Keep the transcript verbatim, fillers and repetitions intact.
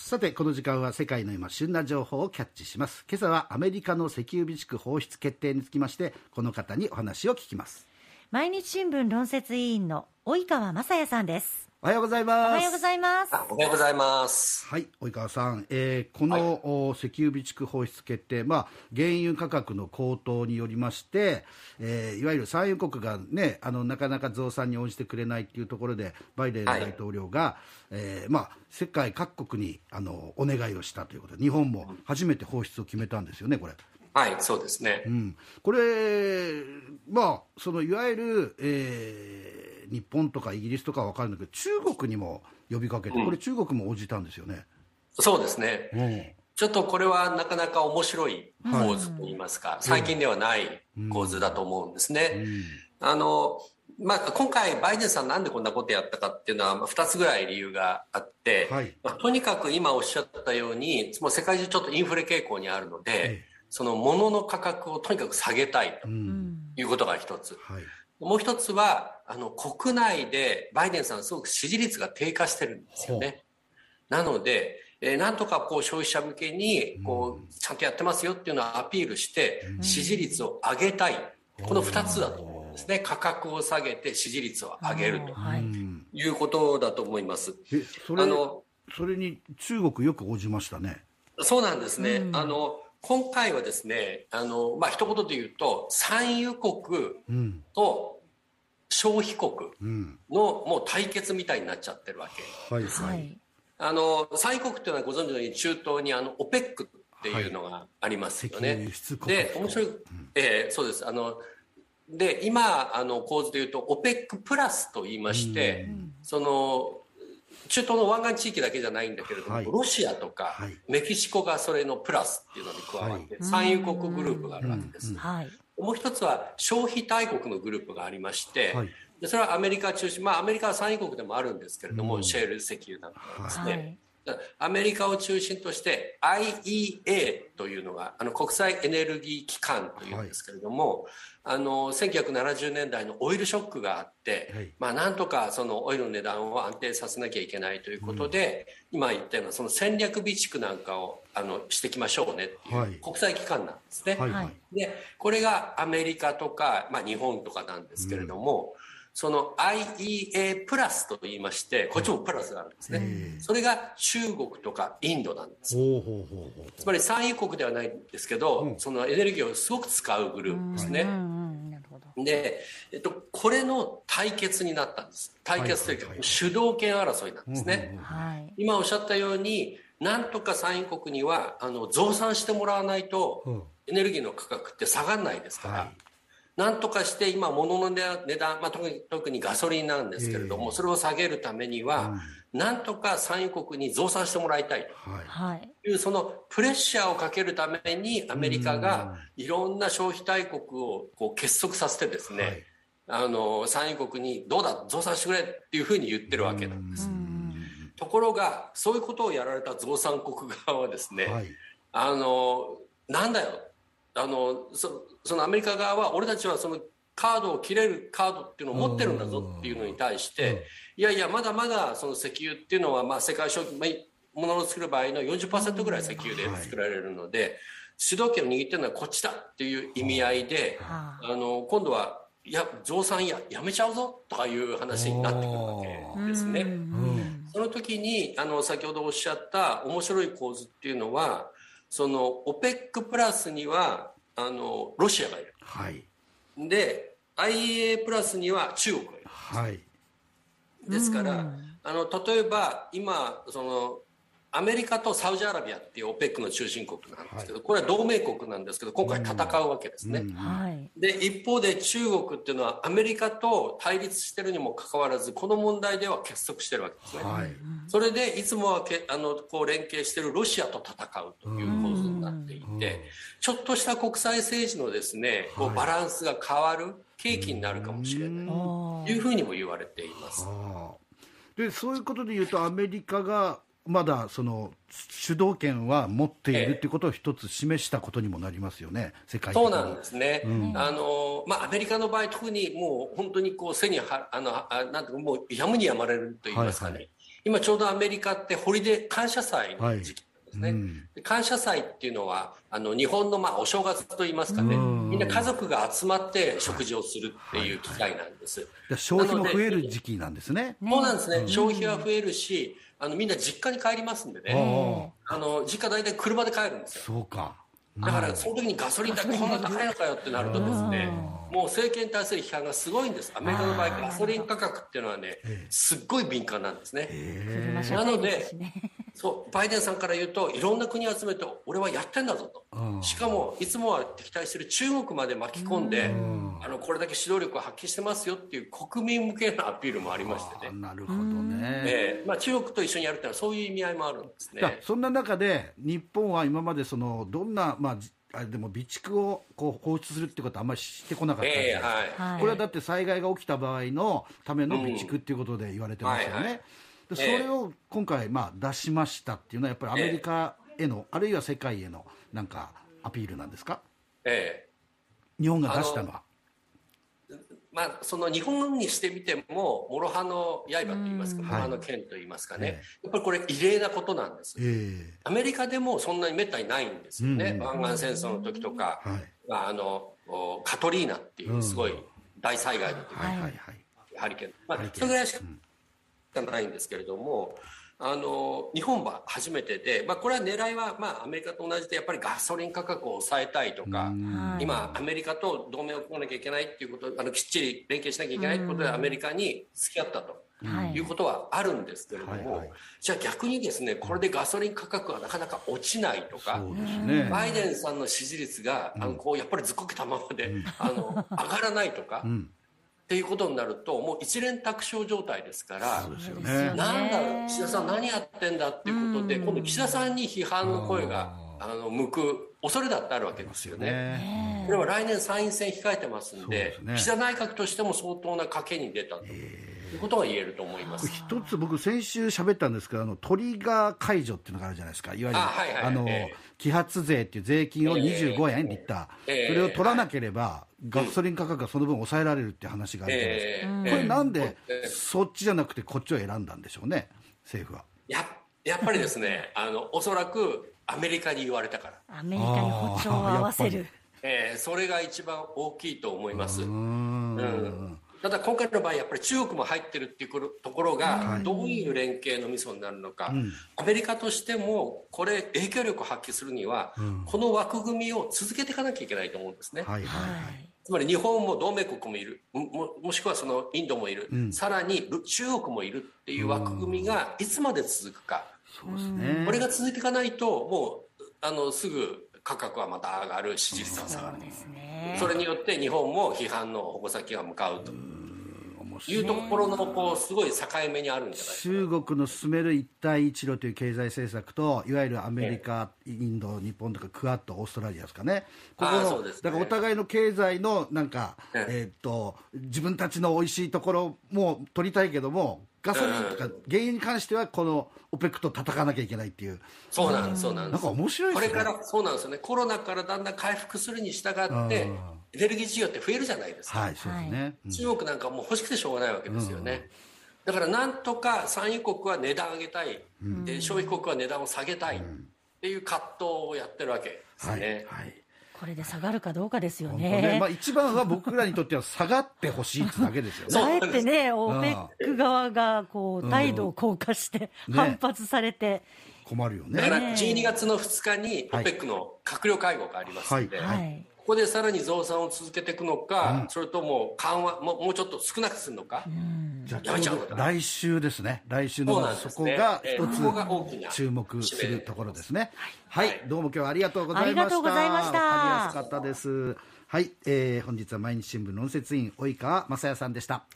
さてこの時間は世界の今旬な情報をキャッチします。今朝はアメリカの石油備蓄放出決定につきましてこの方にお話を聞きます。 毎日新聞論説委員の及川雅也さんです。 おはようございます。 おはようございます。 おはようございます。 はい、及川さん、えー、この、はい、石油備蓄放出決定、まあ、原油価格の高騰によりまして、えー、いわゆる産油国が、ね、あのなかなか増産に応じてくれないというところでバイデン大統領が、はい、えーまあ、世界各国にあのお願いをしたということで日本も初めて放出を決めたんですよね、これ。 はい、そうですね、 うん、これ、まあ、そのいわゆる、えー、日本とかイギリスとかは分かるんだけど中国にも呼びかけて、これ中国も応じたんですよね、 うん、そうですね、うん、ちょっとこれはなかなか面白い構図といいますか、うん、最近ではない構図だと思うんですね、うんうん、あのまあ、今回バイデンさんなんでこんなことやったかっていうのはふたつぐらい理由があって、はい、まあ、とにかく今おっしゃったようにもう世界中ちょっとインフレ傾向にあるので、ええ、その物の価格をとにかく下げたいということが一つ、うん、はい、もう一つはあの国内でバイデンさんすごく支持率が低下してるんですよね。なので、えー、なんとかこう消費者向けにこうちゃんとやってますよっていうのをアピールして支持率を上げたい、このふたつだと思うんですね。価格を下げて支持率を上げるということだと思います。 えそれあのそれに中国よく応じましたね。 そうなんですね、うん、あの今回はですね、あの、まあ、一言で言うと産油国と消費国のもう対決みたいになっちゃってるわけです、はいはい、あの産油国っていうのはご存知のように中東にあの オペック っていうのがありますよね、はい、で面白い、うん、えー、そうですあので今あの構図で言うと オペック プラスと言いまして、うん、その中東の湾岸地域だけじゃないんだけれども、はい、ロシアとか、はい、メキシコがそれのプラスっていうのに加わって、はい、産油国グループがあるわけです、うんうん、もう一つは消費大国のグループがありまして、はい、でそれはアメリカ中心、まあアメリカは産油国でもあるんですけれども、うん、シェール石油なんかですね、はい、アメリカを中心として アイイーエー というのがあの国際エネルギー機関というんですけれども、はい、あのせんきゅうひゃくななじゅうねんだいのオイルショックがあって、はい、まあ、なんとかそのオイルの値段を安定させなきゃいけないということで、うん、今言ったようなその戦略備蓄なんかをあのしていきましょうねっていう国際機関なんですね、はいはい、でこれがアメリカとか、まあ、日本とかなんですけれども、うん、その アイイーエー プラスと言いましてこっちもプラスがあるんですね、はい、それが中国とかインドなんです。ほうほうほうほう。つまり産油国ではないんですけど、うん、そのエネルギーをすごく使うグループですね、うんうん、なるほど。で、えっと、これの対決になったんです。対決というか、はいはいはい、主導権争いなんですね、うんうんうん、今おっしゃったようになんとか産油国にはあの増産してもらわないと、うん、エネルギーの価格って下がらないですから、はい、なんとかして今物の値段、まあ、特に、特にガソリンなんですけれども、えー、それを下げるためには、うん、なんとか産油国に増産してもらいたいという、そのプレッシャーをかけるためにアメリカがいろんな消費大国をこう結束させてですね、はい、あの産油国にどうだ増産してくれっていうふうに言ってるわけなんです。ところがそういうことをやられた増産国側はですね、はい、あのなんだよあの そ, そのアメリカ側は俺たちはそのカードを切れるカードっていうのを持ってるんだぞっていうのに対して、いやいやまだまだその石油っていうのはまあ世界消費、まあ、物を作る場合の よんじゅっパーセント ぐらい石油で作られるので、はい、主導権を握ってるのはこっちだっていう意味合いで、あの今度はいや増産ややめちゃうぞとかいう話になってくるわけですね。その時にあの先ほどおっしゃった面白い構図っていうのはその オペック プラスにはあのロシアがいる、はい、で アイイーエー プラスには中国がいる、はい、ですからあの例えば今そのアメリカとサウジアラビアっていう オペック の中心国なんですけど、はい、これは同盟国なんですけど今回戦うわけですね、うんうん、で一方で中国っていうのはアメリカと対立してるにもかかわらずこの問題では結束してるわけですね、はい、それでいつもはけあのこう連携してるロシアと戦うという構図になっていて、うん、ちょっとした国際政治のですねこうバランスが変わる契機になるかもしれないというふうにも言われています。 でそういうことでいうとアメリカがまだその主導権は持っているということを一つ示したことにもなりますよね、世界的に。 そうなんですね、うん、あのまあ、アメリカの場合特にもう本当にこう背にはあのあなんていうかもうやむにやまれると言いますかね、はいはい、 今ちょうどアメリカってホリデー感謝祭の時期ですね、はい、うん、感謝祭っていうのはあの日本のまあお正月といいますかね、みんな家族が集まって食事をするっていう機会なんです、はいはいはい、 消費も増える時期なんですね。 そうなんですね、うん、消費は増えるし、あのみんな実家に帰りますんでね、あの実家大体車で帰るんですよ。 そうか、 だからその時にガソリン代こんな高いのかよってなるとですね、もう政権に対する批判がすごいんです。アメリカの場合ガソリン価格っていうのはね、すっごい敏感なんですね。なのでそうバイデンさんから言うと、いろんな国を集めて俺はやってんだぞと、しかもいつもは敵対している中国まで巻き込んで、あのこれだけ指導力を発揮してますよっていう国民向けのアピールもありましてね。 なるほどね、 えーまあ、中国と一緒にやるっていうのはそういう意味合いもあるんですね。 そんな中で日本は今までそのどんな、まああれでも備蓄をこう放出するってことはあんまりしてこなかったんで、えーはい、これはだって災害が起きた場合のための備蓄っていうことで言われてますよね、うんはいはい、でそれを今回まあ出しましたっていうのはやっぱりアメリカへの、えー、あるいは世界へのなんかアピールなんですか、えー、日本が出したのは。 まあ、その日本にしてみても諸刃の刃といいますか、諸刃の剣といいますかね、はい、やっぱりこれ異例なことなんです、えー、アメリカでもそんなにめったにないんですよね、うん、湾岸戦争の時とか、はい、あのカトリーナっていうすごい大災害の時、うん、ハリケーン、まあ、それぐらいしかないんですけれども、あの日本は初めてで、まあ、これは狙いは、まあ、アメリカと同じでやっぱりガソリン価格を抑えたいとか、今アメリカと同盟を組まなきゃいけないっていうこと、あのきっちり連携しなきゃいけないってことでアメリカに付き合ったということはあるんですけれども、はいはい、じゃあ逆にですね、これでガソリン価格がなかなか落ちないとか、ね、バイデンさんの支持率が、うん、あのこうやっぱりずっこけたままで、うん、あの上がらないとか、うんっていうことになるともう一連卓勝状態ですから、そうですよね、なんだろう岸田さん何やってんだっていうことで、今度岸田さんに批判の声があの向く恐れだってあるわけですよね。これは来年参院選控えてますんで、ね、岸田内閣としても相当な賭けに出たということが言えると思います。 一つ僕先週喋ったんですけど、あのトリガー解除っていうのがあるじゃないですか。いわゆるあ、はいはい、あの、えー、揮発税っていう税金をにじゅうごえんリッター、えー、それを取らなければ、はい、ガソリン価格がその分抑えられるっていう話があるじゃないですか、えー、これなんで、えー、そっちじゃなくてこっちを選んだんでしょうね、政府は。 や, やっぱりですねあのおそらくアメリカに言われたから、 アメリカに歩調を合わせる、 えー、それが一番大きいと思います。うん、うん、ただ今回の場合やっぱり中国も入ってるっていうところがどういう連携のミソになるのか、うん、アメリカとしてもこれ影響力を発揮するには、うん、この枠組みを続けていかなきゃいけないと思うんですね、はいはいはい、つまり日本も同盟国もいる も, もしくはそのインドもいる、うん、さらに中国もいるっていう枠組みがいつまで続くか、そうですね、これが続いていかないともうあのすぐ価格はまた上がる、支持率が下がる、 そうですね、それによって日本も批判の矛先が向かうというところのこうすごい境目にあるんじゃないか。 中国の進める一帯一路という経済政策といわゆるアメリカ、ええ、インド、日本とかクアッド、オーストラリアですかね、ここの、ね、だからお互いの経済のなんか、えええー、っと自分たちの美味しいところも取りたいけどもガソリンとか原油に関してはこのオペックと戦わなきゃいけないっていう。 そうなんです、そうなんです。 なんか面白いですね。 これからそうなんですよね。コロナからだんだん回復するに従ってエネルギー需要って増えるじゃないですか。はい、そうですね。うん、中国なんかもう欲しくてしょうがないわけですよね。うん、だからなんとか産油国は値段上げたい、うん、消費国は値段を下げたいっていう葛藤をやってるわけですね。はい、はい、 これで下がるかどうかですよね。 ね、まあ、一番は僕らにとっては下がってほしいってだけですよね。 あえてね、オペック側がこう態度を硬化して反発されて、ね、 困るよね。 だからじゅうにがつのふつかにオペックの閣僚会合がありますので、はいはい、ここでさらに増産を続けていくのか、うん、それとも緩和ももうちょっと少なくするのか、うん、 じゃあちょうど来週ですね。来週の そ, そこが一つ注目するところですね。はい、はい、どうも今日はありがとうございました。ありがとうございました。わかりやすかったです。はい、えー、本日は毎日新聞論説委員及川雅也さんでした。